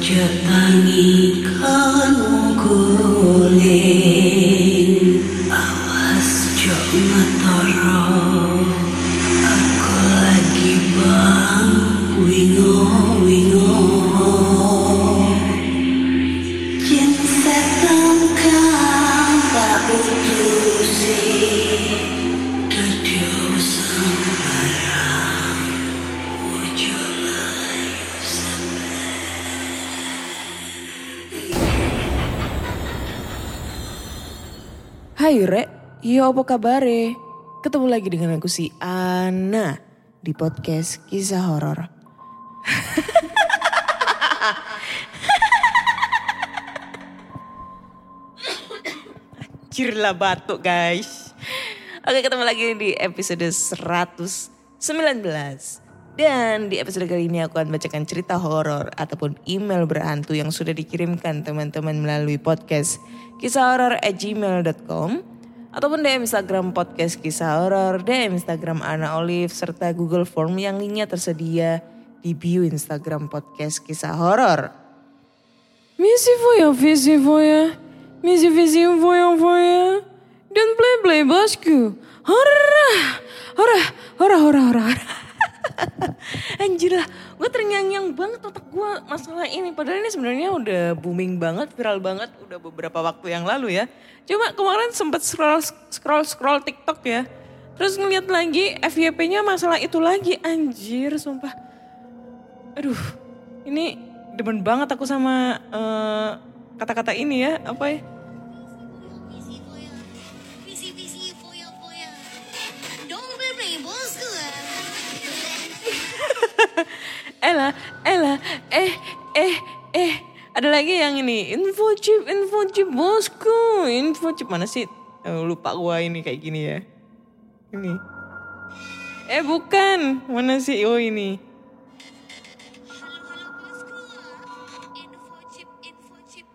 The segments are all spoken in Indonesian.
Ojo tangi kan guling, awas ojo ngetoro. Aku lagi bang wingo. Jin setan kan tak putusi, dadio sembarang. Ojo layu Hai Rek, iya apa kabare? Ketemu lagi dengan aku si Ana di podcast kisah horor. Anjir lah batuk guys. Oke, ketemu lagi di episode 119. Dan di episode kali ini aku akan bacakan cerita horor ataupun email berhantu yang sudah dikirimkan teman-teman melalui podcast kisahhoror@gmail.com ataupun DM Instagram podcast kisah horor, DM Instagram Ana Olive serta Google Form yang linknya tersedia di bio Instagram podcast kisah horor. Misi foya, visi foya, misi visi foya, dan play bosku. Hora. Anjir lah, gue terngiang-ngiang banget otak gue masalah ini. Padahal ini sebenarnya udah booming banget, viral banget udah beberapa waktu yang lalu ya. Cuma kemarin sempat scroll TikTok ya. Terus ngeliat lagi FYP-nya masalah itu lagi, anjir sumpah. Aduh, ini demen banget aku sama kata-kata ini ya, apa ya? Visi foya. Don't play bosku. Ella, ada lagi yang ini, info chip bosku, info chip mana sih? Lupa gua ini kayak gini ya. Ini. Bukan, mana sih? Oh ini. Halo bosku. Info chip.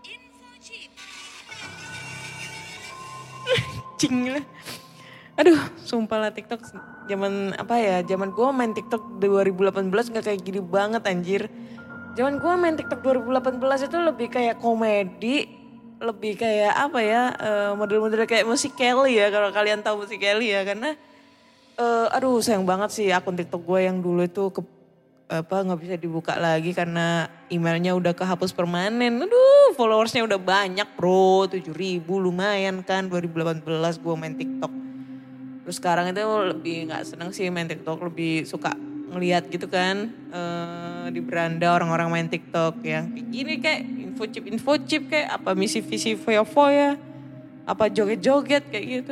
Cing lah. Aduh, sumpah lah TikTok zaman apa ya? Zaman gua main TikTok 2018 gak kayak gini banget anjir. Zaman gua main TikTok 2018 itu lebih kayak komedi, lebih kayak apa ya? Model-model kayak Musical.ly ya, kalau kalian tahu Musical.ly ya, karena aduh sayang banget sih akun TikTok gue yang dulu itu nggak bisa dibuka lagi karena emailnya udah kehapus permanen. Aduh, followersnya udah banyak bro, 7.000 lumayan kan 2018 gue main TikTok. Terus sekarang itu lebih nggak seneng sih main TikTok, lebih suka ngeliat gitu kan di beranda orang-orang main TikTok yang kayak gini, kayak info chip kayak apa misi visi foya, apa joget-joget kayak gitu.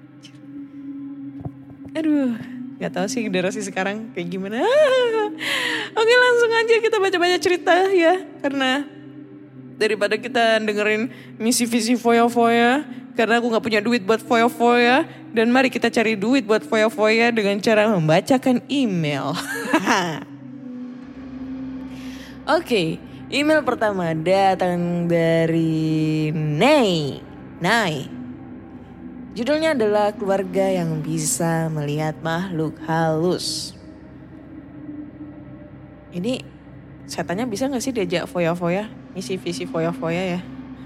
Aduh, nggak tahu sih generasi sekarang kayak gimana. Oke, langsung aja kita baca-baca cerita ya, karena daripada kita dengerin misi visi foya, karena aku gak punya duit buat foya, dan mari kita cari duit buat foya dengan cara membacakan email. Oke, email pertama datang dari Nay. Judulnya adalah keluarga yang bisa melihat makhluk halus. Ini setannya bisa gak sih diajak foya, misi visi foya ya.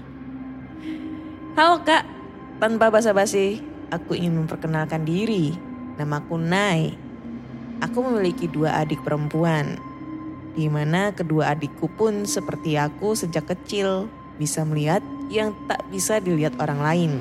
Halo kak, tanpa basa-basi, aku ingin memperkenalkan diri. Namaku Nay. Aku memiliki 2 adik perempuan, di mana kedua adikku pun seperti aku sejak kecil bisa melihat yang tak bisa dilihat orang lain.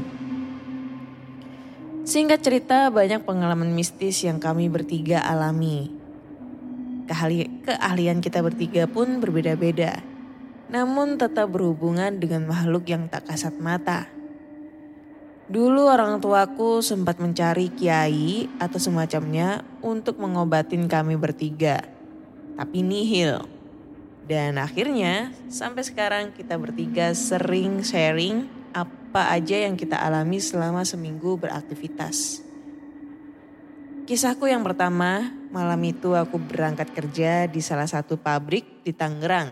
Singkat cerita, banyak pengalaman mistis yang kami bertiga alami. Keahlian kita bertiga pun berbeda-beda, namun tetap berhubungan dengan makhluk yang tak kasat mata. Dulu orang tuaku sempat mencari kiai atau semacamnya untuk mengobatin kami bertiga, tapi nihil. Dan akhirnya sampai sekarang kita bertiga sering sharing apa aja yang kita alami selama seminggu beraktivitas. Kisahku yang pertama, malam itu aku berangkat kerja di salah satu pabrik di Tangerang.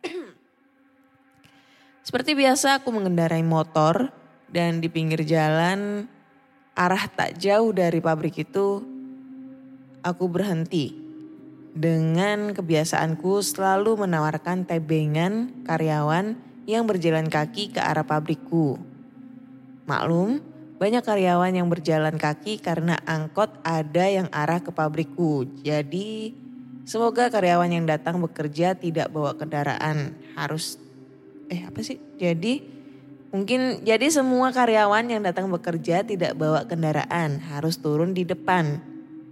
Seperti biasa aku mengendarai motor dan di pinggir jalan arah tak jauh dari pabrik itu aku berhenti dengan kebiasaanku selalu menawarkan tebengan karyawan yang berjalan kaki ke arah pabrikku. Maklum, banyak karyawan yang berjalan kaki karena angkot ada yang arah ke pabrikku. Jadi semoga karyawan yang datang bekerja tidak bawa kendaraan. Jadi semua karyawan yang datang bekerja tidak bawa kendaraan, harus turun di depan.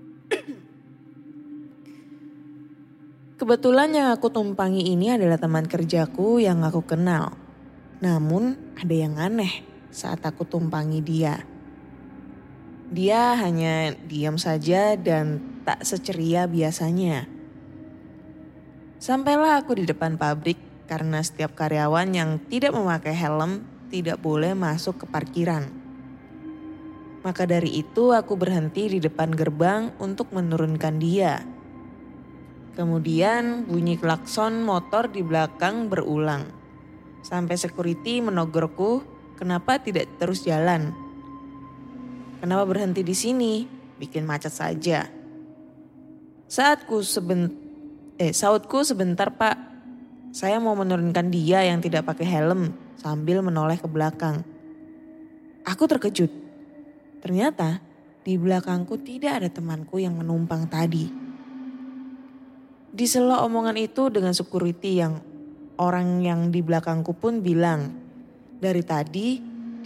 Kebetulan yang aku tumpangi ini adalah teman kerjaku yang aku kenal. Namun ada yang aneh saat aku tumpangi dia. Dia hanya diam saja dan tak seceria biasanya. Sampailah aku di depan pabrik karena setiap karyawan yang tidak memakai helm tidak boleh masuk ke parkiran. Maka dari itu aku berhenti di depan gerbang untuk menurunkan dia. Kemudian bunyi klakson motor di belakang berulang. Sampai security menegurku, kenapa tidak terus jalan? Kenapa berhenti di sini? Bikin macet saja. Sautku sebentar Pak. Saya mau menurunkan dia yang tidak pakai helm sambil menoleh ke belakang. Aku terkejut. Ternyata di belakangku tidak ada temanku yang menumpang tadi. Disela omongan itu dengan security yang orang yang di belakangku pun bilang, dari tadi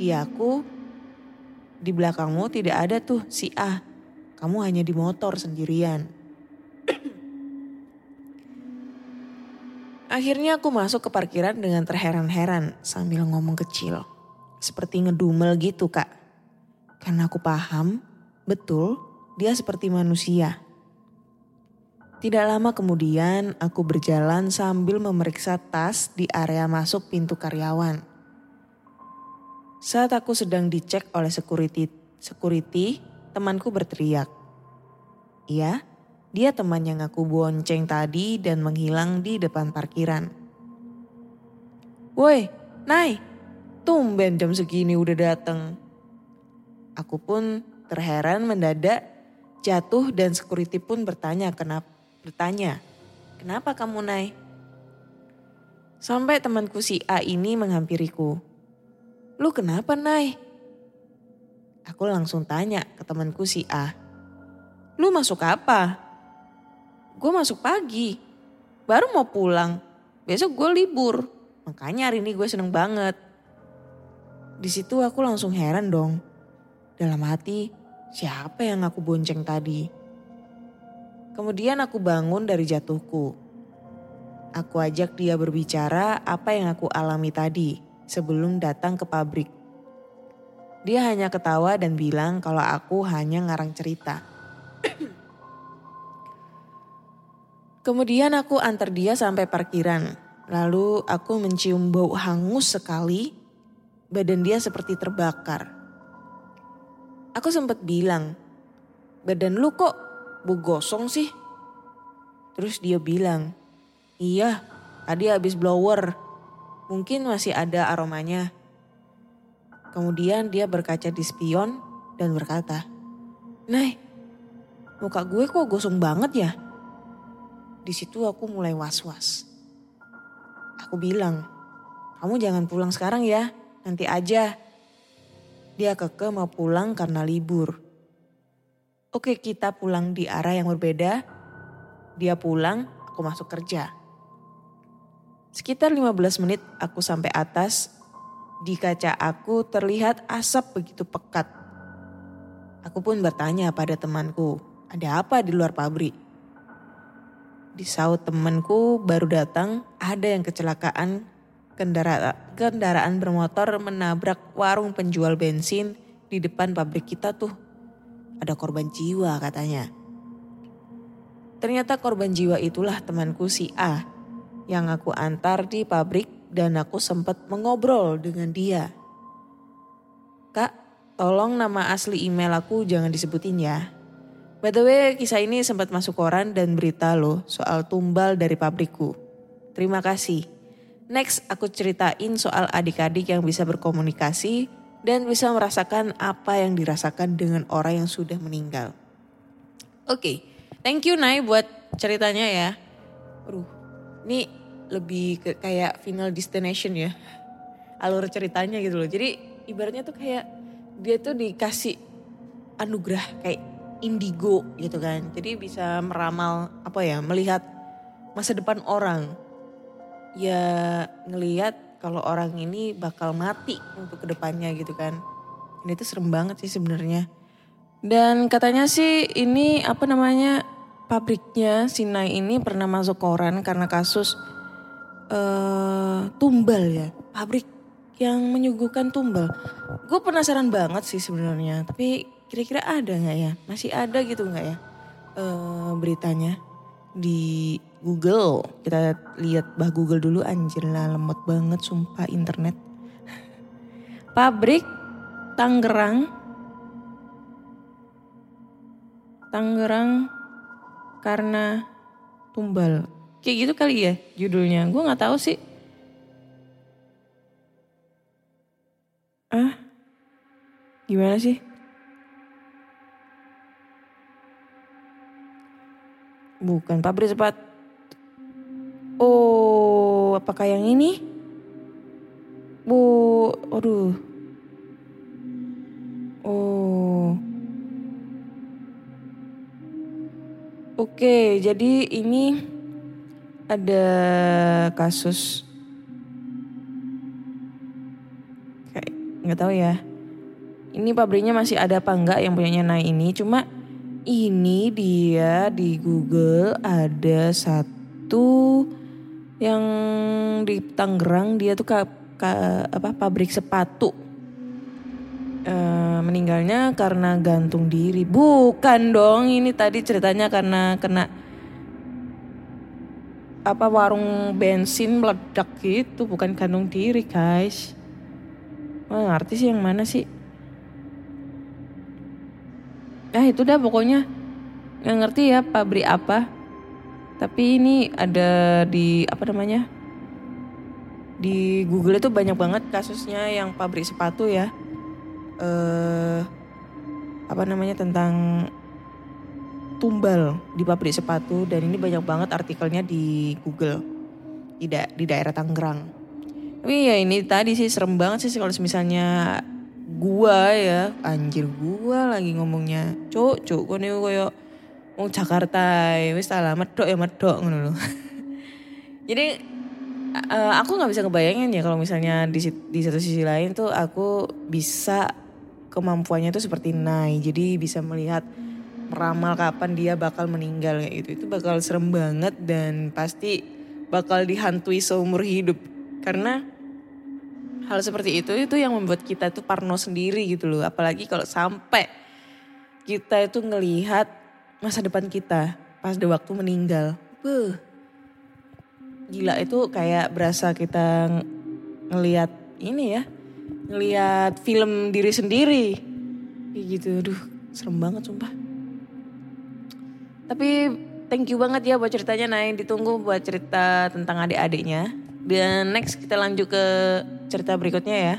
di belakangmu tidak ada tuh si A, kamu hanya di motor sendirian. Akhirnya aku masuk ke parkiran dengan terheran-heran sambil ngomong kecil. Seperti ngedumel gitu Kak. Karena aku paham, betul dia seperti manusia. Tidak lama kemudian aku berjalan sambil memeriksa tas di area masuk pintu karyawan. Saat aku sedang dicek oleh security, temanku berteriak. Iya, dia teman yang aku bonceng tadi dan menghilang di depan parkiran. Woi, Nay, tumben jam segini udah dateng. Aku pun terheran mendadak jatuh dan security pun bertanya, kenapa kamu Nay? Sampai temanku si A ini menghampiriku. Lu kenapa Nay? Aku langsung tanya ke temanku si A. Lu masuk apa? Gue masuk pagi, baru mau pulang. Besok gue libur, makanya hari ini gue seneng banget. Di situ aku langsung heran dong. Dalam hati, siapa yang aku bonceng tadi? Kemudian aku bangun dari jatuhku. Aku ajak dia berbicara apa yang aku alami tadi sebelum datang ke pabrik. Dia hanya ketawa dan bilang kalau aku hanya ngarang cerita. Kemudian aku antar dia sampai parkiran. Lalu aku mencium bau hangus sekali. Badan dia seperti terbakar. Aku sempat bilang, badan lu kok bau gosong sih? Terus dia bilang, iya tadi habis blower, mungkin masih ada aromanya. Kemudian dia berkaca di spion dan berkata, Nay, muka gue kok gosong banget ya? Di situ aku mulai was-was. Aku bilang, kamu jangan pulang sekarang ya, nanti aja. Dia kekeh mau pulang karena libur. Oke, kita pulang di arah yang berbeda. Dia pulang, aku masuk kerja. Sekitar 15 menit aku sampai atas. Di kaca aku terlihat asap begitu pekat. Aku pun bertanya pada temanku, ada apa di luar pabrik? Disaut temanku baru datang, ada yang kecelakaan. Kendaraan bermotor menabrak warung penjual bensin di depan pabrik kita tuh. Ada korban jiwa katanya. Ternyata korban jiwa itulah temanku si A yang aku antar di pabrik dan aku sempat mengobrol dengan dia. Kak, tolong nama asli email aku jangan disebutin ya. By the way, kisah ini sempat masuk koran dan berita loh soal tumbal dari pabrikku. Terima kasih. Next, aku ceritain soal adik-adik yang bisa berkomunikasi dan bisa merasakan apa yang dirasakan dengan orang yang sudah meninggal. Oke, Thank you Nay buat ceritanya ya. Aduh, ini lebih ke kayak Final Destination ya. Alur ceritanya gitu loh. Jadi ibaratnya tuh kayak dia tuh dikasih anugerah kayak indigo gitu kan. Jadi bisa meramal melihat masa depan orang. Ya ngelihat kalau orang ini bakal mati untuk kedepannya gitu kan. Ini tuh serem banget sih sebenarnya. Dan katanya sih ini pabriknya Sinai ini pernah masuk koran karena kasus tumbal ya. Pabrik yang menyuguhkan tumbal. Gue penasaran banget sih sebenarnya. Tapi kira-kira ada gak ya? Masih ada gitu gak ya beritanya di Google. Kita lihat Google dulu, anjir lah lemot banget sumpah internet. Pabrik Tangerang karena tumbal. Kayak gitu kali ya judulnya. Gue gak tahu sih. Gimana sih? Bukan pabrik sepatu. Oh, apakah yang ini? Aduh. Oh. Oke, jadi ini ada kasus kayak nggak tahu ya. Ini pabriknya masih ada apa enggak yang punyanya Nay ini? Cuma ini dia di Google ada satu yang di Tangerang, dia tuh pabrik sepatu. Meninggalnya karena gantung diri. Bukan dong, ini tadi ceritanya karena kena warung bensin meledak gitu, bukan gantung diri guys. Ngerti sih yang mana sih? Itu dah pokoknya nggak ngerti ya pabrik apa. Tapi ini ada di di Google itu banyak banget kasusnya yang pabrik sepatu ya. Tentang tumbal di pabrik sepatu, dan ini banyak banget artikelnya di Google di daerah Tangerang. Tapi ya ini tadi sih serem banget sih kalau misalnya gua lagi ngomongnya cuk kone koyo wong Jakarta wis salah medok ngono lho. Jadi aku nggak bisa ngebayangin ya kalau misalnya di satu sisi lain tuh aku bisa kemampuannya tuh seperti Nay, jadi bisa melihat meramal kapan dia bakal meninggal kayak gitu. Itu bakal serem banget dan pasti bakal dihantui seumur hidup. Karena hal seperti itu yang membuat kita tuh parno sendiri gitu loh. Apalagi kalau sampai kita itu ngelihat masa depan kita pas di waktu meninggal. Gila, itu kayak berasa kita ngelihat ngelihat film diri sendiri. Kayak gitu, aduh serem banget sumpah. Tapi thank you banget ya buat ceritanya Nay. Ditunggu buat cerita tentang adik-adiknya. Dan next kita lanjut ke cerita berikutnya ya.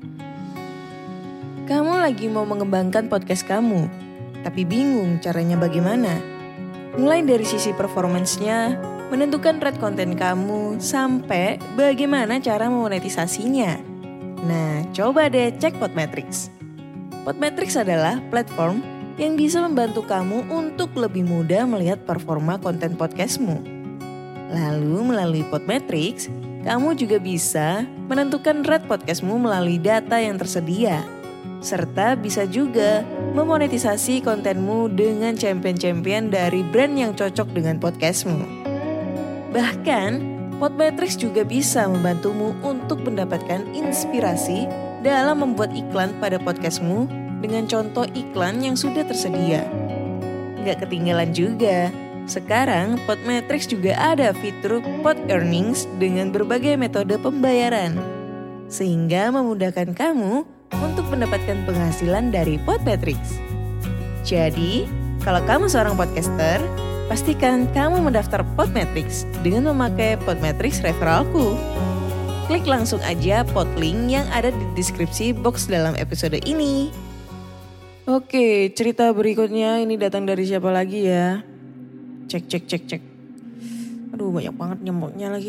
Kamu lagi mau mengembangkan podcast kamu, tapi bingung caranya bagaimana? Mulai dari sisi performance-nya, menentukan rate konten kamu, sampai bagaimana cara memonetisasinya. Nah, coba deh cek Podmetrics. Podmetrics adalah platform yang bisa membantu kamu untuk lebih mudah melihat performa konten podcastmu. Lalu melalui Podmetrics, kamu juga bisa menentukan rate podcastmu melalui data yang tersedia. Serta bisa juga memonetisasi kontenmu dengan champion-champion dari brand yang cocok dengan podcastmu. Bahkan, Podmetrics juga bisa membantumu untuk mendapatkan inspirasi dalam membuat iklan pada podcastmu dengan contoh iklan yang sudah tersedia. Nggak ketinggalan juga, sekarang Podmetrics juga ada fitur Pod Earnings dengan berbagai metode pembayaran. Sehingga memudahkan kamu untuk mendapatkan penghasilan dari Podmetrics. Jadi, kalau kamu seorang podcaster, pastikan kamu mendaftar Podmetrics dengan memakai Podmetrics referralku. Klik langsung aja podlink yang ada di deskripsi box dalam episode ini. Oke, cerita berikutnya ini datang dari siapa lagi ya? Cek. Aduh banyak banget nyamuknya lagi.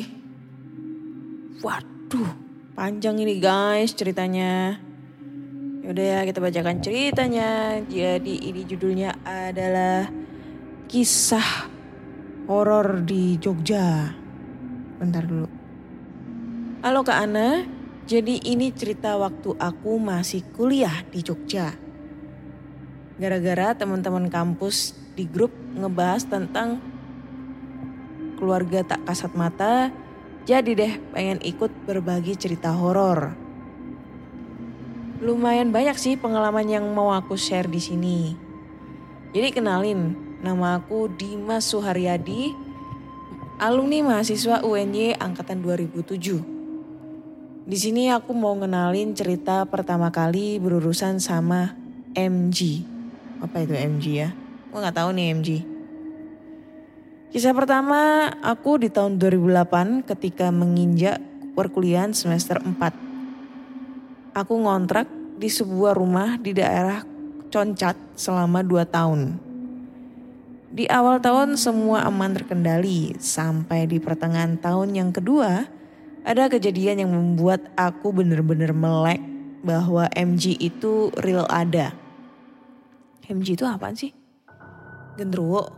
Waduh panjang ini guys ceritanya. Yaudah ya kita bacakan ceritanya. Jadi ini judulnya adalah kisah horor di Jogja. Bentar dulu. Halo Kak Ana, jadi ini cerita waktu aku masih kuliah di Jogja. Gara-gara teman-teman kampus di grup ngebahas tentang keluarga tak kasat mata, jadi deh pengen ikut berbagi cerita horor. Lumayan banyak sih pengalaman yang mau aku share di sini. Jadi kenalin, nama aku Dimas Suharyadi, alumni mahasiswa UNY angkatan 2007. Di sini aku mau ngenalin cerita pertama kali berurusan sama MG. Apa itu MG ya? Gue gak tahu nih MG. Kisah pertama aku di tahun 2008 ketika menginjak perkuliahan semester 4. Aku ngontrak di sebuah rumah di daerah Concat selama 2 tahun. Di awal tahun semua aman terkendali, sampai di pertengahan tahun yang kedua ada kejadian yang membuat aku bener-bener melek bahwa MG itu real ada. MG itu apaan sih? Genderuwo.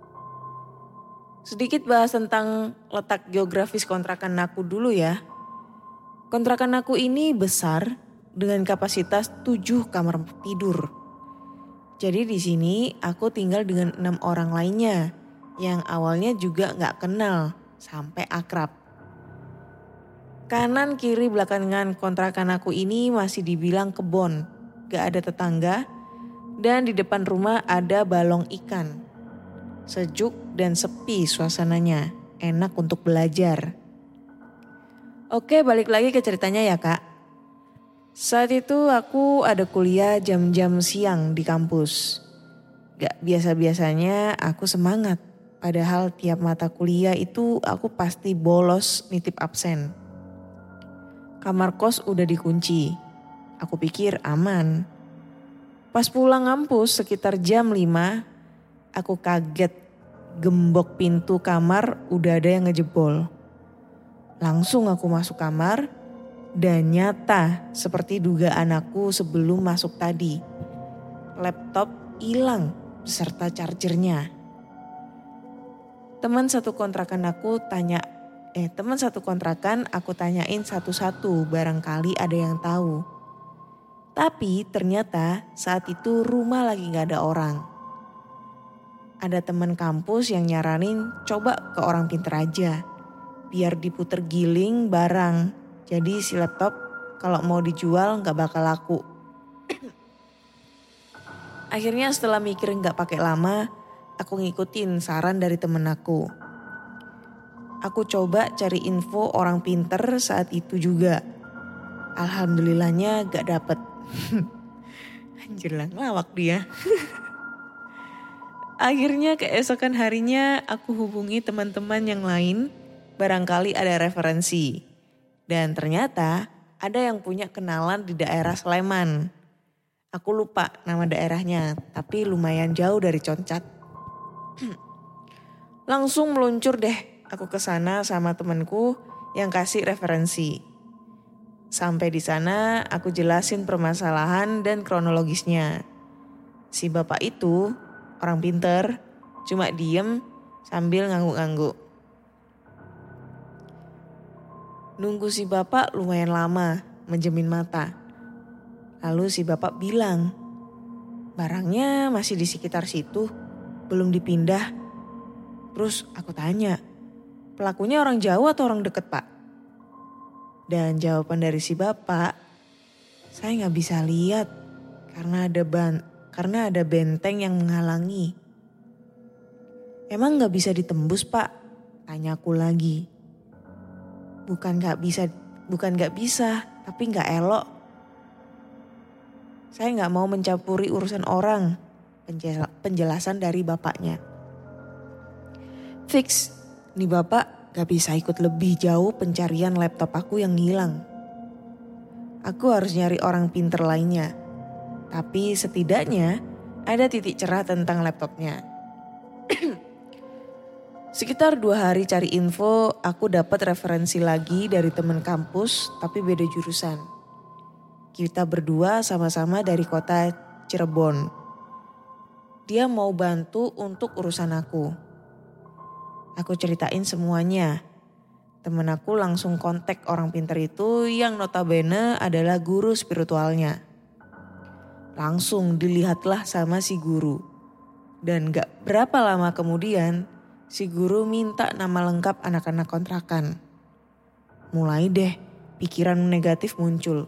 Sedikit bahas tentang letak geografis kontrakan aku dulu ya. Kontrakan aku ini besar dengan kapasitas 7 kamar tidur. Jadi di sini aku tinggal dengan 6 orang lainnya yang awalnya juga gak kenal sampai akrab. Kanan kiri belakangan kontrakan aku ini masih dibilang kebon, gak ada tetangga, dan di depan rumah ada balong ikan. Sejuk dan sepi suasananya, enak untuk belajar. Oke balik lagi ke ceritanya ya kak. Saat itu aku ada kuliah jam-jam siang di kampus. Gak biasa-biasanya aku semangat, padahal tiap mata kuliah itu aku pasti bolos nitip absen. Kamar kos udah dikunci. Aku pikir aman. Pas pulang ngampus sekitar jam 5, aku kaget gembok pintu kamar udah ada yang ngejebol. Langsung aku masuk kamar dan nyata seperti dugaan aku sebelum masuk tadi. Laptop hilang beserta chargernya. Teman satu kontrakan aku tanyain satu-satu barangkali ada yang tahu. Tapi ternyata saat itu rumah lagi gak ada orang. Ada teman kampus yang nyaranin coba ke orang pinter aja. Biar diputer giling barang. Jadi si laptop kalau mau dijual gak bakal laku. Akhirnya setelah mikir gak pakai lama, aku ngikutin saran dari temen aku. Aku coba cari info orang pinter saat itu juga. Alhamdulillahnya gak dapet. Anjir lah ngelawak dia. Akhirnya keesokan harinya aku hubungi teman-teman yang lain. Barangkali ada referensi. Dan ternyata ada yang punya kenalan di daerah Sleman. Aku lupa nama daerahnya, tapi lumayan jauh dari Concat. Langsung meluncur deh aku ke sana sama temanku yang kasih referensi. Sampai di sana aku jelasin permasalahan dan kronologisnya. Si bapak itu orang pinter, cuma diem sambil ngangguk-ngangguk. Nunggu si bapak lumayan lama menjemin mata. Lalu si bapak bilang, barangnya masih di sekitar situ, belum dipindah. Terus aku tanya, pelakunya orang Jawa atau orang deket pak? Dan jawaban dari si bapak, saya gak bisa lihat karena ada benteng yang menghalangi. Emang gak bisa ditembus pak? Tanyaku lagi. Bukan gak bisa, tapi gak elok. Saya gak mau mencampuri urusan orang, penjelasan dari bapaknya. Fix, nih bapak gak bisa ikut lebih jauh pencarian laptop aku yang hilang. Aku harus nyari orang pinter lainnya. Tapi setidaknya ada titik cerah tentang laptopnya. Sekitar 2 hari cari info, aku dapat referensi lagi dari teman kampus tapi beda jurusan. Kita berdua sama-sama dari kota Cirebon. Dia mau bantu untuk urusan aku. Aku ceritain semuanya. Temen aku langsung kontak orang pintar itu yang notabene adalah guru spiritualnya. Langsung dilihatlah sama si guru. Dan gak berapa lama kemudian si guru minta nama lengkap anak-anak kontrakan. Mulai deh pikiran negatif muncul.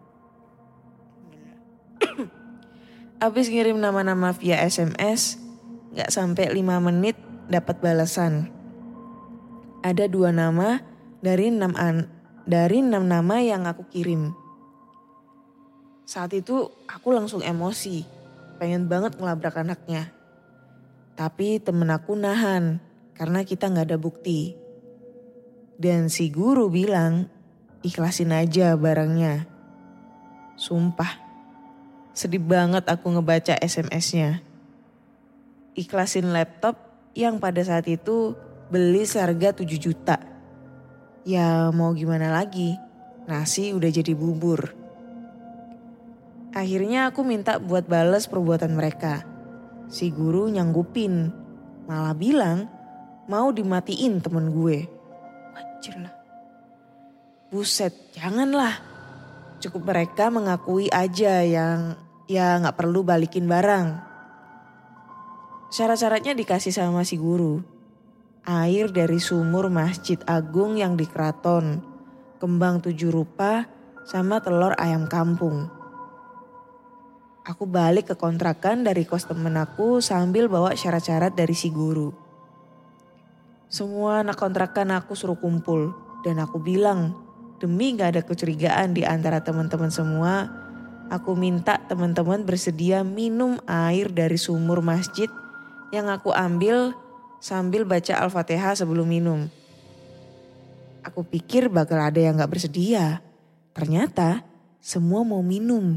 Abis ngirim nama-nama via SMS, gak sampai 5 menit dapat balasan. Ada 2 nama dari 6 nama yang aku kirim. Saat itu aku langsung emosi, pengen banget ngelabrak anaknya. Tapi temen aku nahan karena kita gak ada bukti. Dan si guru bilang ikhlasin aja barangnya. Sumpah, sedih banget aku ngebaca SMS-nya. Ikhlasin laptop yang pada saat itu beli seharga 7 juta. Ya mau gimana lagi, nasi udah jadi bubur. Akhirnya aku minta buat balas perbuatan mereka. Si guru nyanggupin, malah bilang mau dimatiin temen gue. Wajar lah. Buset, janganlah. Cukup mereka mengakui aja yang ya gak perlu balikin barang. Syarat-syaratnya dikasih sama si guru. Air dari sumur Masjid Agung yang di Keraton, kembang 7 rupa, sama telur ayam kampung. Aku balik ke kontrakan dari kos temen aku sambil bawa syarat-syarat dari si guru. Semua anak kontrakan aku suruh kumpul dan aku bilang demi gak ada kecurigaan di antara teman-teman semua, aku minta teman-teman bersedia minum air dari sumur masjid yang aku ambil sambil baca Al-Fatihah sebelum minum. Aku pikir bakal ada yang gak bersedia. Ternyata semua mau minum.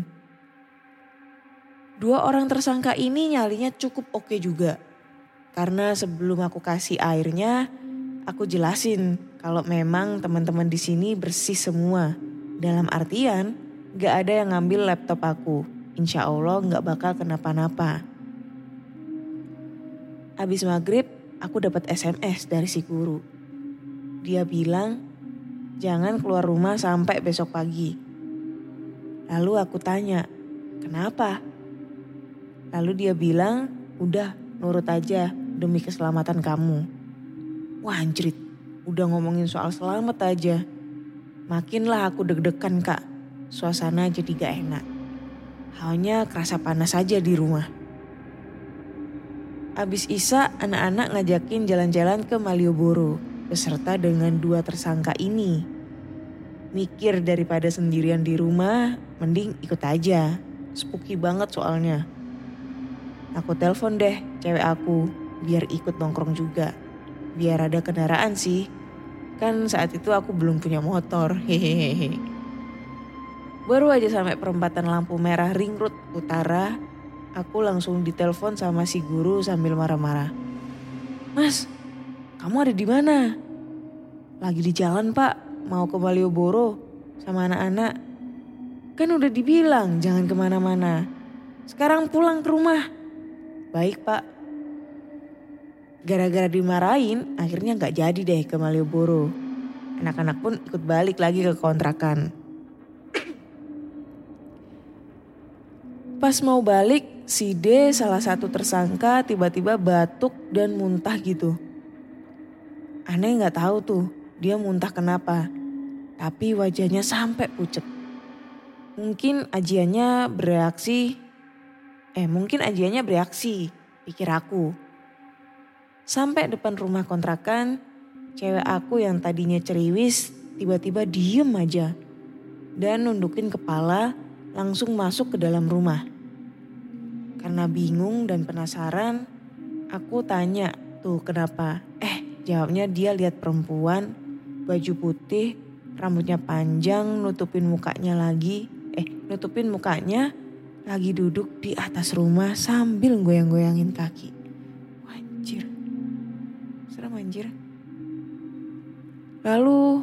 2 orang tersangka ini nyalinya cukup oke juga. Karena sebelum aku kasih airnya, aku jelasin kalau memang teman-teman di sini bersih semua. Dalam artian gak ada yang ngambil laptop aku. Insya Allah gak bakal kenapa-napa. Abis maghrib aku dapat SMS dari si guru. Dia bilang jangan keluar rumah sampai besok pagi. Lalu aku tanya, kenapa? Lalu dia bilang, udah nurut aja demi keselamatan kamu. Wah anjrit, udah ngomongin soal selamat aja. Makinlah aku deg-degan kak, suasana jadi gak enak. Hanya kerasa panas aja di rumah. Abis Isya anak-anak ngajakin jalan-jalan ke Malioboro beserta dengan 2 tersangka ini. Mikir daripada sendirian di rumah, mending ikut aja. Spooky banget soalnya. Aku telepon deh cewek aku biar ikut nongkrong juga. Biar ada kendaraan sih. Kan saat itu aku belum punya motor. Hehehe. Baru aja sampai perempatan lampu merah Ring Road Utara, aku langsung ditelepon sama si guru sambil marah-marah. Mas, kamu ada di mana? Lagi di jalan pak, mau ke Malioboro sama anak-anak. Kan udah dibilang jangan kemana-mana. Sekarang pulang ke rumah. Baik pak. Gara-gara dimarahin akhirnya gak jadi deh ke Malioboro. Anak-anak pun ikut balik lagi ke kontrakan. Pas mau balik, si D salah satu tersangka tiba-tiba batuk dan muntah gitu. Aneh gak tahu tuh dia muntah kenapa. Tapi wajahnya sampai pucet. Mungkin ajiannya bereaksi, pikir aku. Sampai depan rumah kontrakan, cewek aku yang tadinya ceriwis tiba-tiba diem aja. Dan nundukin kepala langsung masuk ke dalam rumah. Karena bingung dan penasaran, aku tanya tuh kenapa. Jawabnya dia lihat perempuan, baju putih, rambutnya panjang, nutupin mukanya lagi duduk di atas rumah sambil goyang-goyangin kaki. Anjir. serem anjir. Lalu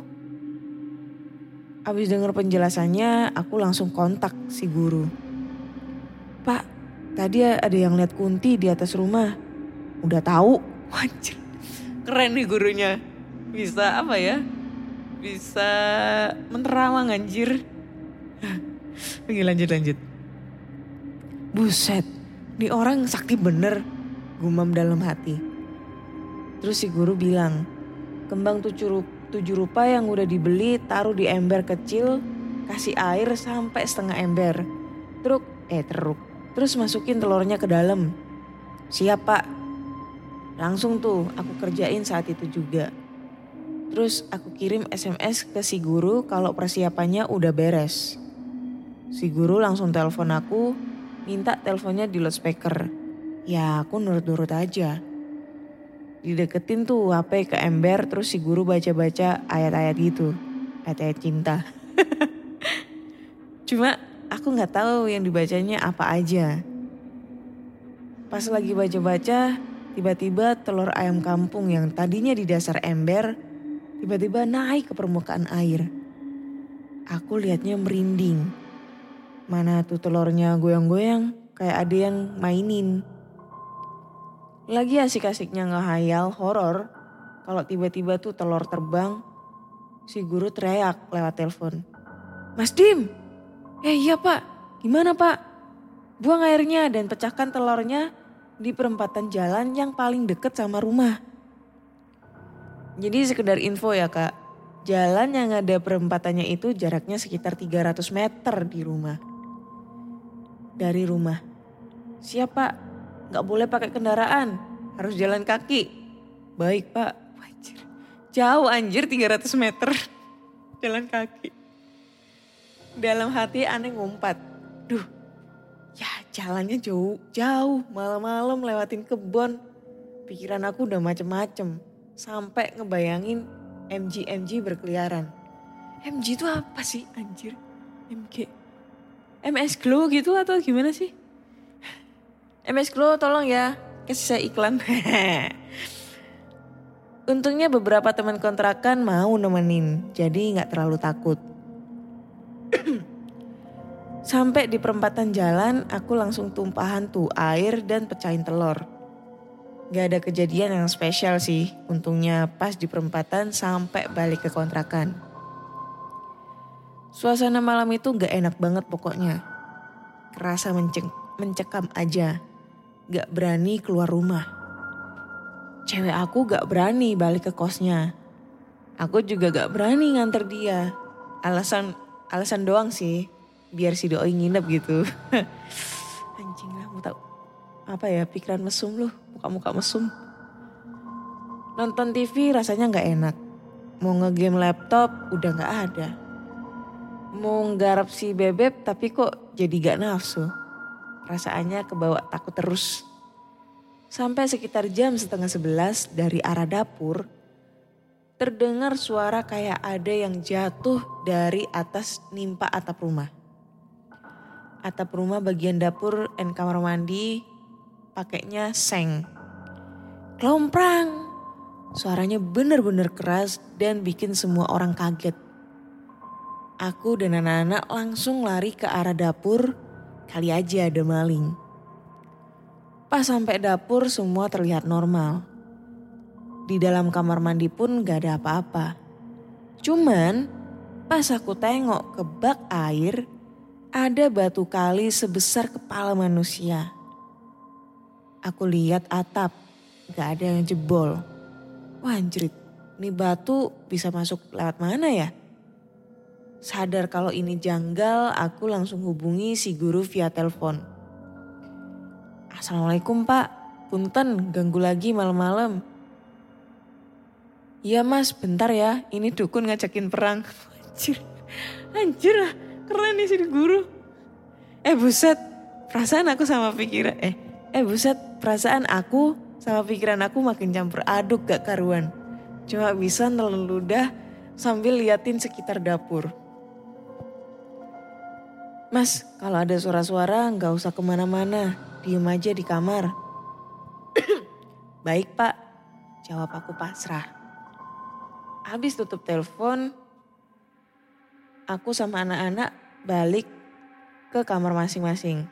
abis denger penjelasannya aku langsung kontak si guru. Pak, tadi ada yang lihat Kunti di atas rumah. Udah tahu? Anjir. Keren nih gurunya. Bisa apa ya? Bisa menerawang anjir. Oke lanjut. Buset, nih orang sakti bener. Gumam dalam hati. Terus si guru bilang, kembang tujuh rupa yang udah dibeli taruh di ember kecil, kasih air sampai setengah ember. Terus masukin telurnya ke dalam. Siap pak. Langsung tuh aku kerjain saat itu juga. Terus aku kirim SMS ke si guru kalau persiapannya udah beres. Si guru langsung telepon aku, minta teleponnya di loudspeaker. Ya aku nurut-nurut aja. Dideketin tuh HP ke ember, terus si guru baca-baca ayat-ayat gitu. Ayat-ayat cinta. Cuma aku gak tahu yang dibacanya apa aja. Pas lagi baca-baca, tiba-tiba telur ayam kampung yang tadinya di dasar ember, tiba-tiba naik ke permukaan air. Aku liatnya merinding. Mana tuh telurnya goyang-goyang, kayak ada yang mainin. Lagi asik-asiknya ngehayal horor, kalau tiba-tiba tuh telur terbang, si guru teriak lewat telepon. Mas Dim, iya pak, gimana pak? Buang airnya dan pecahkan telurnya di perempatan jalan yang paling deket sama rumah. Jadi sekedar info ya kak, jalan yang ada perempatannya itu jaraknya sekitar 300 meter di rumah. Dari rumah. Siap pak, gak boleh pakai kendaraan, harus jalan kaki. Baik pak. Anjir. Jauh anjir 300 meter jalan kaki. Dalam hati aneh ngumpat. Duh, ya jalannya jauh, malam-malam lewatin kebon. Pikiran aku udah macem-macem. Sampai ngebayangin MG berkeliaran. MG itu apa sih anjir? MG. MS Glow gitu atau gimana sih? MS Glow tolong ya, kasih saya iklan. Untungnya beberapa teman kontrakan mau nemenin, jadi gak terlalu takut. Sampai di perempatan jalan, aku langsung tumpahan tuh air dan pecahin telur. Gak ada kejadian yang spesial sih, untungnya pas di perempatan sampai balik ke kontrakan. Suasana malam itu gak enak banget pokoknya. Kerasa mencekam aja. Gak berani keluar rumah. Cewek aku gak berani balik ke kosnya. Aku juga gak berani nganter dia. Alasan doang sih. Biar si doi nginep gitu. Anjing lah mau tau. Apa ya pikiran mesum loh. Muka-muka mesum. Nonton TV rasanya gak enak. Mau ngegame laptop udah gak ada. Mau nggarap si bebek tapi kok jadi gak nafsu. Perasaannya kebawa takut terus. Sampai sekitar jam 10:30 dari arah dapur. Terdengar suara kayak ada yang jatuh dari atas nimpa atap rumah. Atap rumah bagian dapur dan kamar mandi pakainya seng. Klomprang. Suaranya bener-bener keras dan bikin semua orang kaget. Aku dan anak-anak langsung lari ke arah dapur, kali aja ada maling. Pas sampai dapur semua terlihat normal. Di dalam kamar mandi pun gak ada apa-apa. Cuman pas aku tengok ke bak air, ada batu kali sebesar kepala manusia. Aku lihat atap, gak ada yang jebol. Wah anjrit, ini batu bisa masuk lewat mana ya? Sadar kalau ini janggal, aku langsung hubungi si guru via telepon. Assalamualaikum pak, punten ganggu lagi malam-malam. Iya mas, bentar ya, ini dukun ngajakin perang. Anjir lah, keren nih si guru. Perasaan aku sama pikiran aku makin campur aduk gak karuan. Cuma bisa nelen ludah sambil liatin sekitar dapur. Mas, kalau ada suara-suara gak usah kemana-mana, diem aja di kamar. Baik pak. Jawab aku pasrah. Habis tutup telepon, aku sama anak-anak balik ke kamar masing-masing.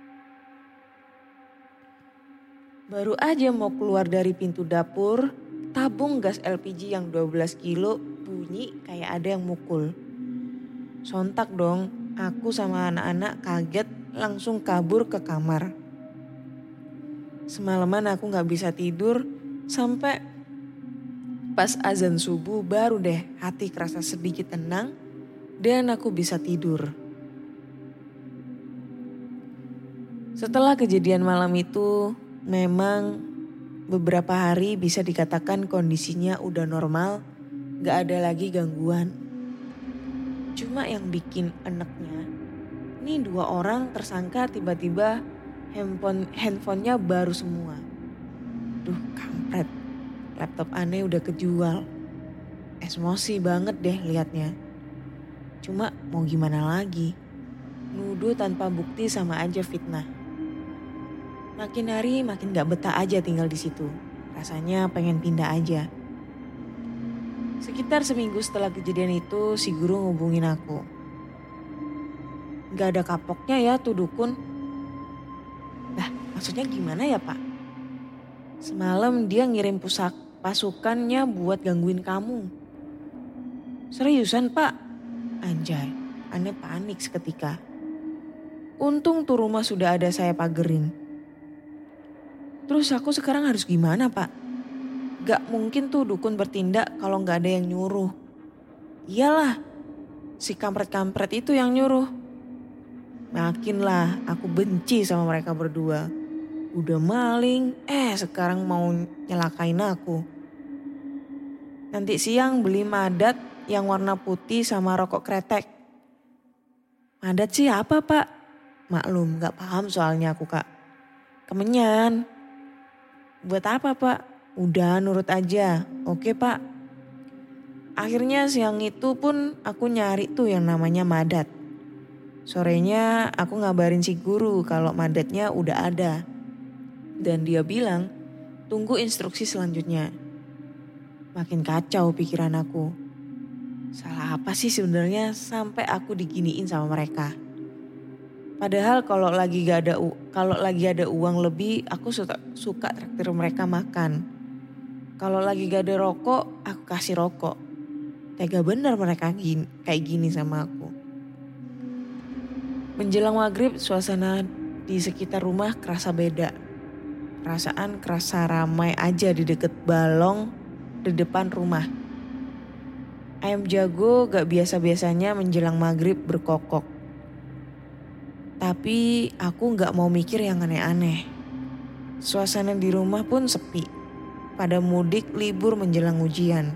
Baru aja mau keluar dari pintu dapur, tabung gas LPG yang 12 kilo bunyi kayak ada yang mukul. Sontak dong, aku sama anak-anak kaget langsung kabur ke kamar. Semalaman aku gak bisa tidur sampai pas azan subuh baru deh hati kerasa sedikit tenang dan aku bisa tidur. Setelah kejadian malam itu, memang beberapa hari bisa dikatakan kondisinya udah normal, gak ada lagi gangguan. Cuma yang bikin eneknya, nih 2 orang tersangka tiba-tiba handphonenya baru semua. Duh kampret, laptop aneh udah kejual. Emosi banget deh liatnya. Cuma mau gimana lagi, nuduh tanpa bukti sama aja fitnah. Makin hari makin gak betah aja tinggal di situ. Rasanya pengen pindah aja. Sekitar seminggu setelah kejadian itu, si guru ngubungin aku. Gak ada kapoknya ya tuh dukun. Lah maksudnya gimana ya pak? Semalam dia ngirim pasukannya buat gangguin kamu. Seriusan pak? Anjay, aneh panik seketika. Untung tuh rumah sudah ada saya pagerin. Terus aku sekarang harus gimana pak? Gak mungkin tuh dukun bertindak kalau gak ada yang nyuruh. Iyalah, si kampret-kampret itu yang nyuruh. Makinlah aku benci sama mereka berdua. Udah maling, sekarang mau nyelakain aku. Nanti siang beli madat yang warna putih sama rokok kretek. Madat sih apa pak? Maklum gak paham soalnya aku kak. Kemenyan. Buat apa pak? Udah nurut aja, oke pak. Akhirnya siang itu pun aku nyari tuh yang namanya madat. Sorenya aku ngabarin si guru kalau madatnya udah ada. Dan dia bilang tunggu instruksi selanjutnya. Makin kacau pikiran aku. Salah apa sih sebenarnya sampai aku diginiin sama mereka? Padahal kalau lagi ada uang lebih, aku suka traktir mereka makan. Kalau lagi gak ada rokok, aku kasih rokok. Tega bener mereka kayak gini sama aku. Menjelang maghrib, suasana di sekitar rumah kerasa beda. Perasaan kerasa ramai aja di deket balong di depan rumah. Ayam jago gak biasa-biasanya menjelang maghrib berkokok. Tapi aku gak mau mikir yang aneh-aneh. Suasana di rumah pun sepi. Pada mudik libur menjelang ujian.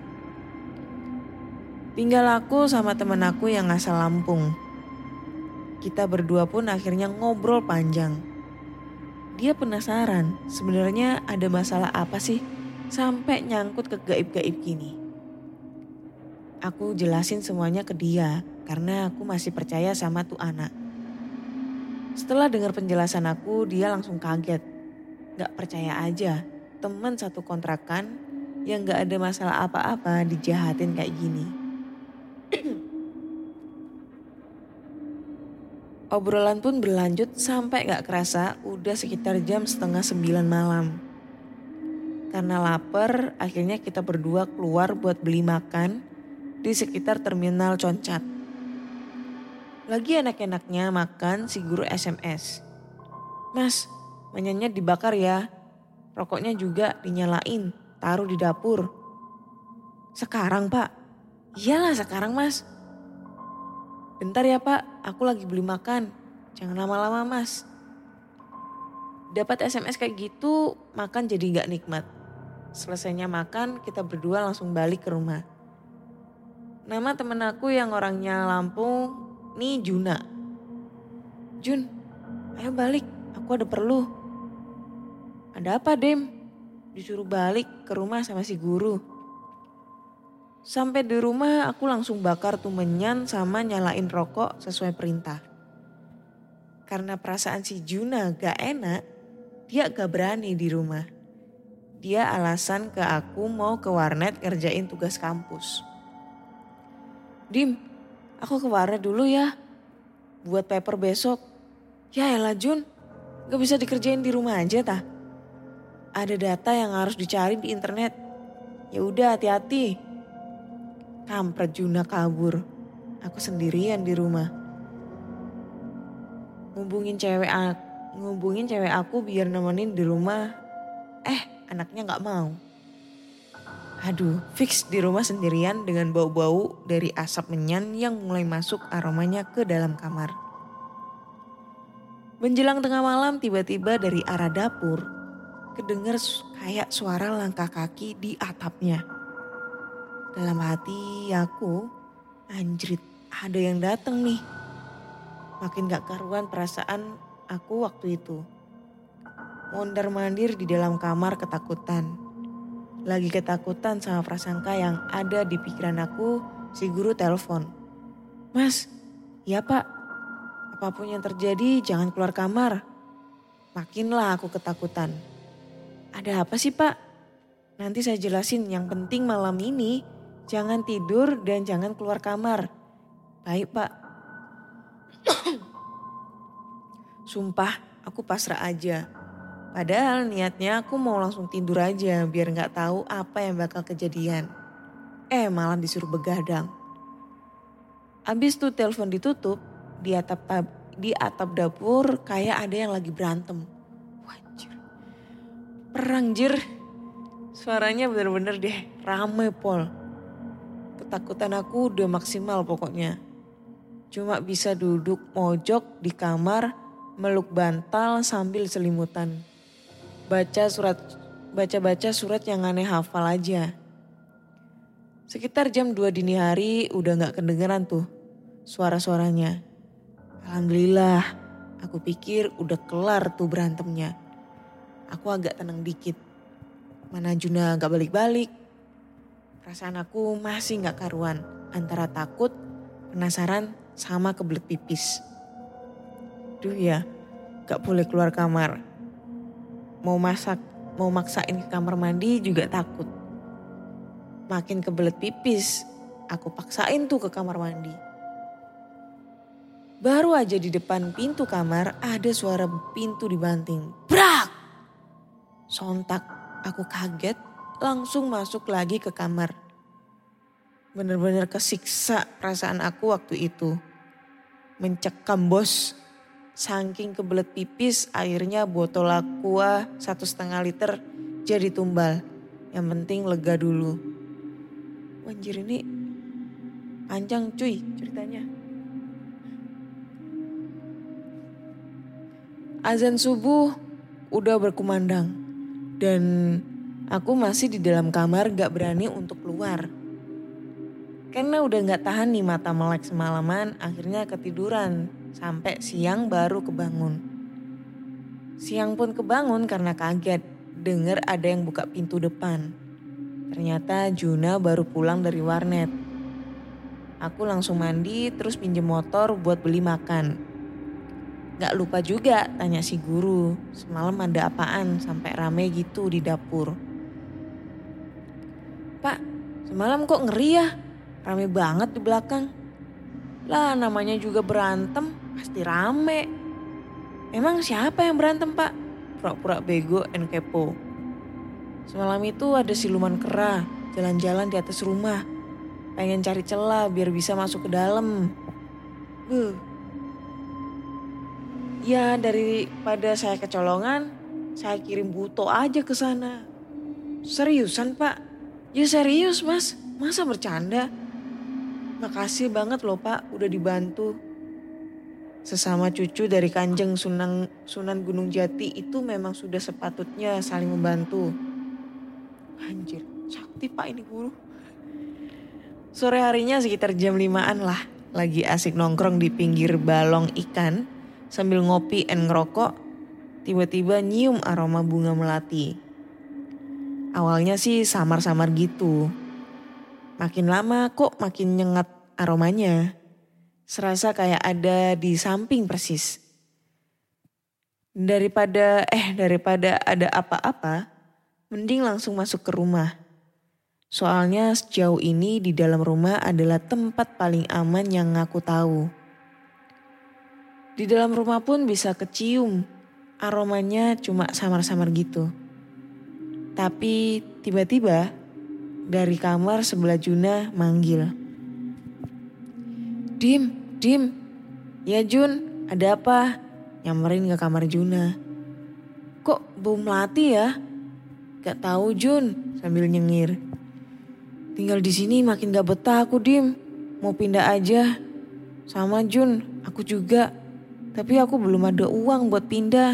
Tinggal aku sama temen aku yang asal Lampung. Kita berdua pun akhirnya ngobrol panjang. Dia penasaran sebenarnya ada masalah apa sih sampai nyangkut ke gaib-gaib gini. Aku jelasin semuanya ke dia karena aku masih percaya sama tuh anak. Setelah dengar penjelasan aku, dia langsung kaget. Gak percaya aja, teman satu kontrakan yang gak ada masalah apa-apa dijahatin kayak gini. Obrolan pun berlanjut sampai gak kerasa udah sekitar jam 8:30 malam. Karena lapar, akhirnya kita berdua keluar buat beli makan di sekitar terminal Concat. Lagi enak-enaknya makan, si guru SMS. Mas, manyannya dibakar ya. Rokoknya juga dinyalain, taruh di dapur. Sekarang pak? Iyalah sekarang mas. Bentar ya pak, aku lagi beli makan. Jangan lama-lama mas. Dapat SMS kayak gitu, makan jadi gak nikmat. Selesainya makan, kita berdua langsung balik ke rumah. Nama temen aku yang orangnya Lampung, nih Juna. Jun, ayo balik, aku ada perlu. Ada apa Dem? Disuruh balik ke rumah sama si guru. Sampai di rumah aku langsung bakar tuh menyan sama nyalain rokok sesuai perintah. Karena perasaan si Juna gak enak, dia gak berani di rumah. dia alasan ke aku mau ke warnet ngerjain tugas kampus. Dim, aku ke warnet dulu ya, buat paper besok. Ya elah Jun, gak bisa dikerjain di rumah aja tah? Ada data yang harus dicari di internet. Ya udah hati-hati. Kampret Juna kabur. Aku sendirian di rumah. Ngubungin cewek aku biar nemenin di rumah. Anaknya gak mau. Aduh, fix di rumah sendirian dengan bau-bau dari asap menyan yang mulai masuk aromanya ke dalam kamar. Menjelang tengah malam tiba-tiba dari arah dapur kedengar kayak suara langkah kaki di atapnya. Dalam hati aku, anjrit ada yang datang nih. Makin gak karuan perasaan aku waktu itu. Mondar-mandir di dalam kamar ketakutan. Lagi ketakutan sama prasangka yang ada di pikiran aku, si guru telepon. Mas, ya pak, apapun yang terjadi jangan keluar kamar. Makinlah aku ketakutan. Ada apa sih pak? Nanti saya jelasin, yang penting malam ini jangan tidur dan jangan keluar kamar. Baik pak. Sumpah aku pasrah aja. Padahal niatnya aku mau langsung tidur aja biar gak tahu apa yang bakal kejadian. Malah disuruh begadang. Abis tuh telepon ditutup, di atap dapur kayak ada yang lagi berantem. Wajir. Perang jir. Suaranya bener-bener deh rame pol. Ketakutan aku udah maksimal pokoknya. Cuma bisa duduk mojok di kamar, meluk bantal sambil selimutan. Baca-baca surat yang aneh hafal aja. Sekitar jam 2 dini hari udah gak kedengeran tuh suara-suaranya. Alhamdulillah, aku pikir udah kelar tuh berantemnya. Aku agak tenang dikit. Mana Juna gak balik-balik. Perasaan aku masih gak karuan. Antara takut, penasaran, sama kebelet pipis. Duh ya, gak boleh keluar kamar. Mau maksain ke kamar mandi juga takut. Makin kebelet pipis, aku paksain tuh ke kamar mandi. Baru aja di depan pintu kamar ada suara pintu dibanting. Brak! Sontak aku kaget langsung masuk lagi ke kamar. Bener-bener kesiksa perasaan aku waktu itu. Mencekam bos. Saking kebelet pipis akhirnya botol aqua 1,5 liter jadi tumbal. Yang penting lega dulu. Anjir ini panjang cuy ceritanya. Azan subuh udah berkumandang. Dan aku masih di dalam kamar gak berani untuk keluar. Karena udah gak tahan nih mata melek semalaman, akhirnya ketiduran. Sampai siang baru kebangun. Siang pun kebangun karena kaget. Dengar ada yang buka pintu depan. Ternyata Juna baru pulang dari warnet. Aku langsung mandi terus pinjem motor buat beli makan. Gak lupa juga tanya si guru. Semalam ada apaan sampai rame gitu di dapur. Pak, semalam kok ngeri ya? Rame banget di belakang. Lah namanya juga berantem, pasti rame. Emang siapa yang berantem pak? Pura-pura bego and kepo. Semalam itu ada siluman kera jalan-jalan di atas rumah. Pengen cari celah biar bisa masuk ke dalam. Ya daripada saya kecolongan, saya kirim Buto aja ke sana. Seriusan pak? Ya serius mas, masa bercanda? Makasih banget loh pak udah dibantu. Sesama cucu dari Kanjeng Sunan Gunung Jati itu memang sudah sepatutnya saling membantu. Anjir, sakti pak ini guru. Sore harinya sekitar jam 5-an lah. Lagi asik nongkrong di pinggir balong ikan sambil ngopi and ngerokok. Tiba-tiba nyium aroma bunga melati. Awalnya sih samar-samar gitu. Makin lama kok makin nyengat aromanya. Serasa kayak ada di samping persis. Daripada ada apa-apa, mending langsung masuk ke rumah. Soalnya sejauh ini di dalam rumah adalah tempat paling aman yang aku tahu. Di dalam rumah pun bisa kecium, aromanya cuma samar-samar gitu. Tapi tiba-tiba dari kamar sebelah Juna manggil. Dim, Dim. Ya Jun, ada apa? Nyamperin ke kamar Juna. Kok bau melati ya? Gak tahu Jun, sambil nyengir. Tinggal di sini makin gak betah aku Dim. Mau pindah aja. Sama Jun, aku juga. Tapi aku belum ada uang buat pindah.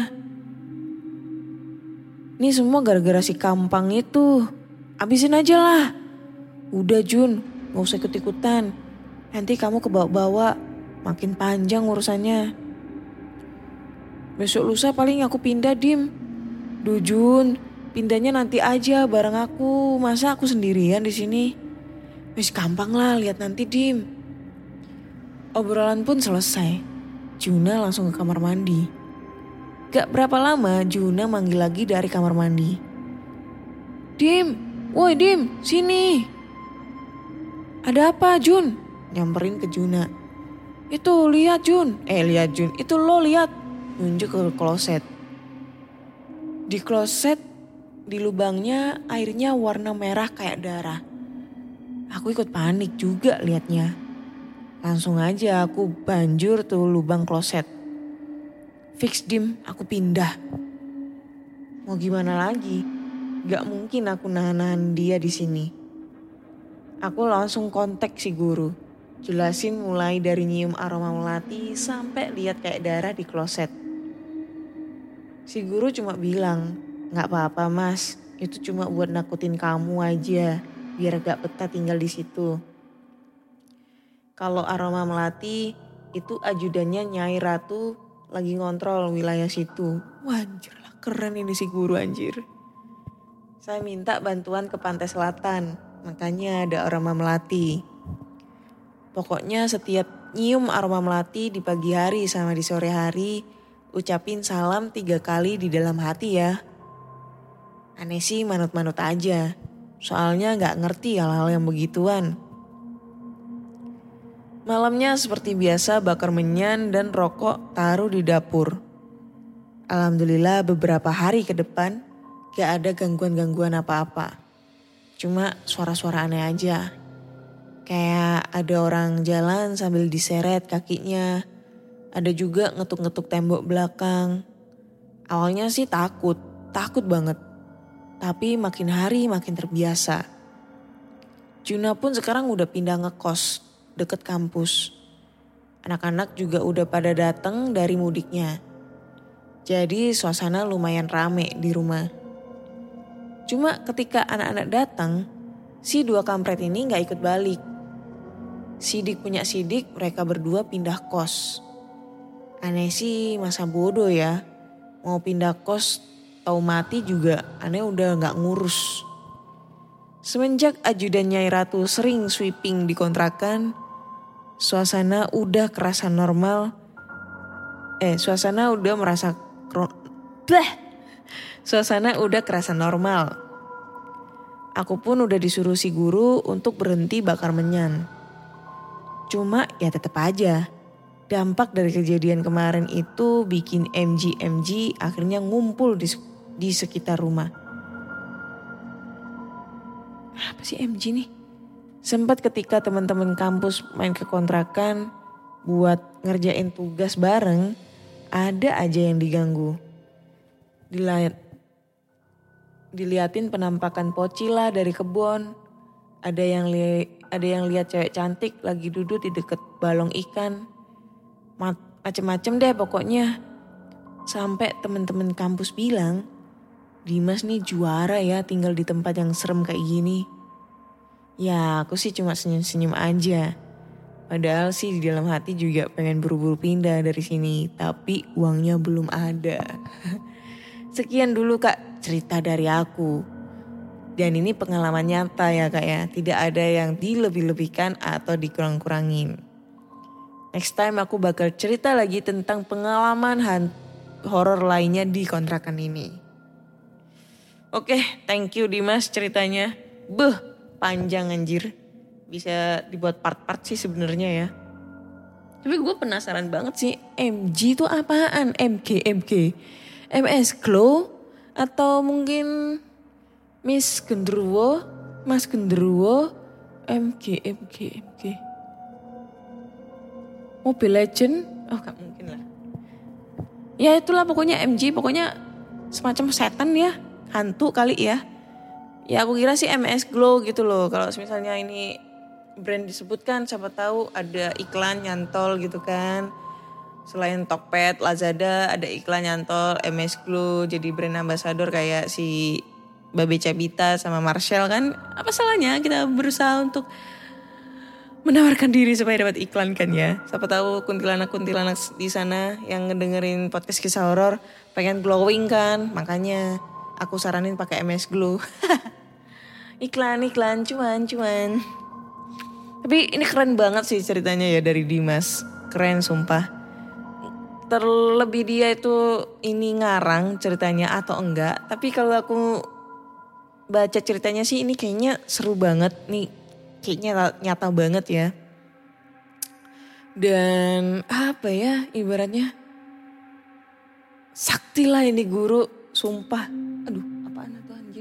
Ini semua gara-gara si Kampang itu. Habisin aja lah. Udah Jun, gak usah ikut-ikutan. Nanti kamu kebawa-bawa. Makin panjang urusannya. Besok lusa paling aku pindah Dim. Duh Jun, pindahnya nanti aja bareng aku. Masa aku sendirian di sini? Wis gampang lah, lihat nanti Dim. Obrolan pun selesai. Juna langsung ke kamar mandi. Gak berapa lama Juna manggil lagi dari kamar mandi. Dim, woi Dim, sini. Ada apa Jun? Nyamperin ke Juna. Itu lihat Jun. Lihat Jun, itu lo lihat. Nunjuk ke kloset. Di kloset, di lubangnya airnya warna merah kayak darah. Aku ikut panik juga liatnya. Langsung aja aku banjur tuh lubang kloset. Fix Dim, aku pindah. Mau gimana lagi? Gak mungkin aku nahan dia di sini. Aku langsung kontak si guru. Jelasin mulai dari nyium aroma melati sampai lihat kayak darah di kloset. Si guru cuma bilang, gak apa-apa mas, itu cuma buat nakutin kamu aja, biar gak betah tinggal di situ. Kalau aroma melati, itu ajudannya Nyai Ratu lagi ngontrol wilayah situ. Wah anjir lah, keren ini si guru anjir. Saya minta bantuan ke pantai selatan, makanya ada aroma melati. Pokoknya setiap nyium aroma melati di pagi hari sama di sore hari, ucapin salam 3 kali di dalam hati ya. Aneh sih manut-manut aja. Soalnya gak ngerti hal-hal yang begituan. Malamnya seperti biasa bakar menyan dan rokok taruh di dapur. Alhamdulillah beberapa hari ke depan gak ada gangguan-gangguan apa-apa. Cuma suara-suara aneh aja. Kayak ada orang jalan sambil diseret kakinya. Ada juga ngetuk-ngetuk tembok belakang. Awalnya sih takut banget. Tapi makin hari makin terbiasa. Juna pun sekarang udah pindah ngekos deket kampus. Anak-anak juga udah pada datang dari mudiknya. Jadi suasana lumayan rame di rumah. Cuma ketika anak-anak datang, si 2 kampret ini gak ikut balik. Sidik punya sidik, mereka berdua pindah kos. Aneh sih masa bodoh ya. Mau pindah kos tahu mati juga aneh udah gak ngurus. Semenjak ajudan Nyai Ratu sering sweeping di kontrakan, suasana udah kerasa normal. Suasana udah kerasa normal. Aku pun udah disuruh si guru untuk berhenti bakar menyan. Cuma ya tetap aja. Dampak dari kejadian kemarin itu bikin MG akhirnya ngumpul di sekitar rumah. Apa sih MG nih? Sempat ketika teman-teman kampus main ke kontrakan buat ngerjain tugas bareng, ada aja yang diganggu. Diliatin penampakan pocila dari kebun. Ada yang lihat cewek cantik lagi duduk di deket balong ikan. Macem-macem deh pokoknya. Sampai temen-temen kampus bilang, Dimas nih juara ya tinggal di tempat yang serem kayak gini. Ya aku sih cuma senyum-senyum aja. Padahal sih di dalam hati juga pengen buru-buru pindah dari sini. Tapi uangnya belum ada. Sekian dulu kak cerita dari aku. Dan ini pengalaman nyata ya kak ya. Tidak ada yang dilebih-lebihkan atau dikurang-kurangin. Next time aku bakal cerita lagi tentang pengalaman horor lainnya di kontrakan ini. Oke, thank you Dimas ceritanya. Panjang anjir. Bisa dibuat part-part sih sebenarnya ya. Tapi gue penasaran banget sih, MG itu apaan? MG. MS Glow atau mungkin Mas Genderuwo, MG. Mobile Legend? Oh gak mungkin lah. Ya itulah pokoknya MG, pokoknya semacam setan ya. Hantu kali ya. Ya aku kira sih MS Glow gitu loh. Kalau misalnya ini brand disebutkan siapa tahu ada iklan nyantol gitu kan. Selain Tokped, Lazada ada iklan nyantol MS Glow jadi brand ambassador kayak si Babe Cabita sama Marshall kan. Apa salahnya kita berusaha untuk menawarkan diri supaya dapat iklan kan ya. Siapa tahu kuntilanak-kuntilanak di sana yang ngedengerin podcast kisah horor pengen glowing kan. Makanya aku saranin pakai MS Glow. iklan cuan. Tapi ini keren banget sih ceritanya ya dari Dimas. Keren sumpah. Terlebih dia itu ini ngarang ceritanya atau enggak. Tapi kalau aku baca ceritanya sih ini kayaknya seru banget nih. Kayaknya nyata banget ya. Dan apa ya ibaratnya. Sakti lah ini guru. Sumpah. Aduh apaan itu anjir.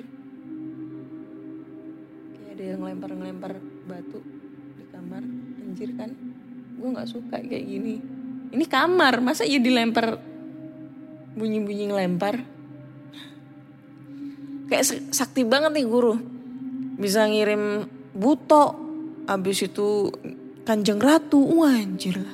Kayak ada yang ngelempar batu di kamar. Anjir kan. Gue gak suka kayak gini. Ini kamar. Masa iya dilempar. Bunyi-bunyi ngelempar. Kayak sakti banget nih guru. Bisa ngirim Buto. Abis itu Kanjeng Ratu. Wah anjir lah.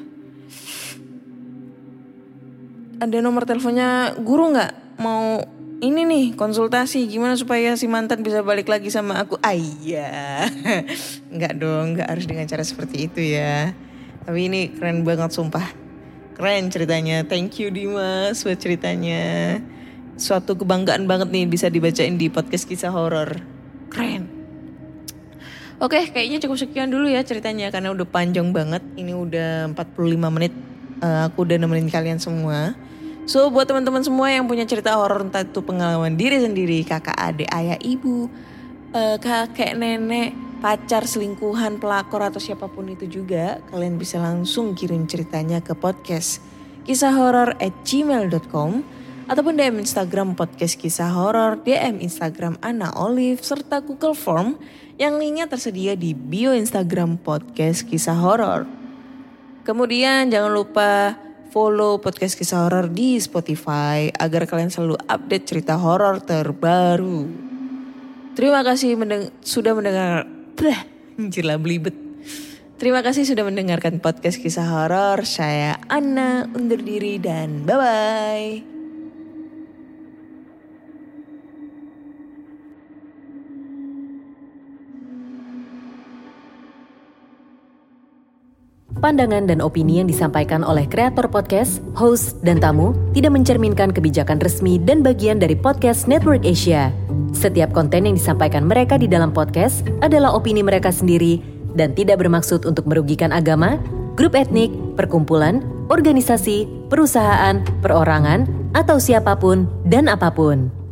Ada nomor teleponnya guru gak? Mau ini nih konsultasi gimana supaya si mantan bisa balik lagi sama aku. Iya. Enggak dong, enggak harus dengan cara seperti itu ya. Tapi ini keren banget sumpah. Keren ceritanya. Thank you Dimas buat ceritanya. Suatu kebanggaan banget nih bisa dibacain di podcast kisah horor. Keren. Oke, kayaknya cukup sekian dulu ya ceritanya karena udah panjang banget. Ini udah 45 menit. Aku udah nemenin kalian semua. So buat teman-teman semua yang punya cerita horor entah itu pengalaman diri sendiri, kakak, adik, ayah, ibu, kakek, nenek, pacar, selingkuhan, pelakor atau siapapun itu juga, kalian bisa langsung kirim ceritanya ke podcast kisahhoror@gmail.com ataupun DM Instagram podcast kisah horor, DM Instagram Ana Olive serta Google Form yang linknya tersedia di bio Instagram podcast kisah horor. Kemudian jangan lupa follow podcast kisah horor di Spotify agar kalian selalu update cerita horor terbaru. Terima kasih sudah mendengar. Belibet. Terima kasih sudah mendengarkan podcast kisah horor. Saya Anna undur diri dan bye-bye. Pandangan dan opini yang disampaikan oleh kreator podcast, host, dan tamu tidak mencerminkan kebijakan resmi dan bagian dari podcast Network Asia. Setiap konten yang disampaikan mereka di dalam podcast adalah opini mereka sendiri dan tidak bermaksud untuk merugikan agama, grup etnik, perkumpulan, organisasi, perusahaan, perorangan, atau siapapun dan apapun.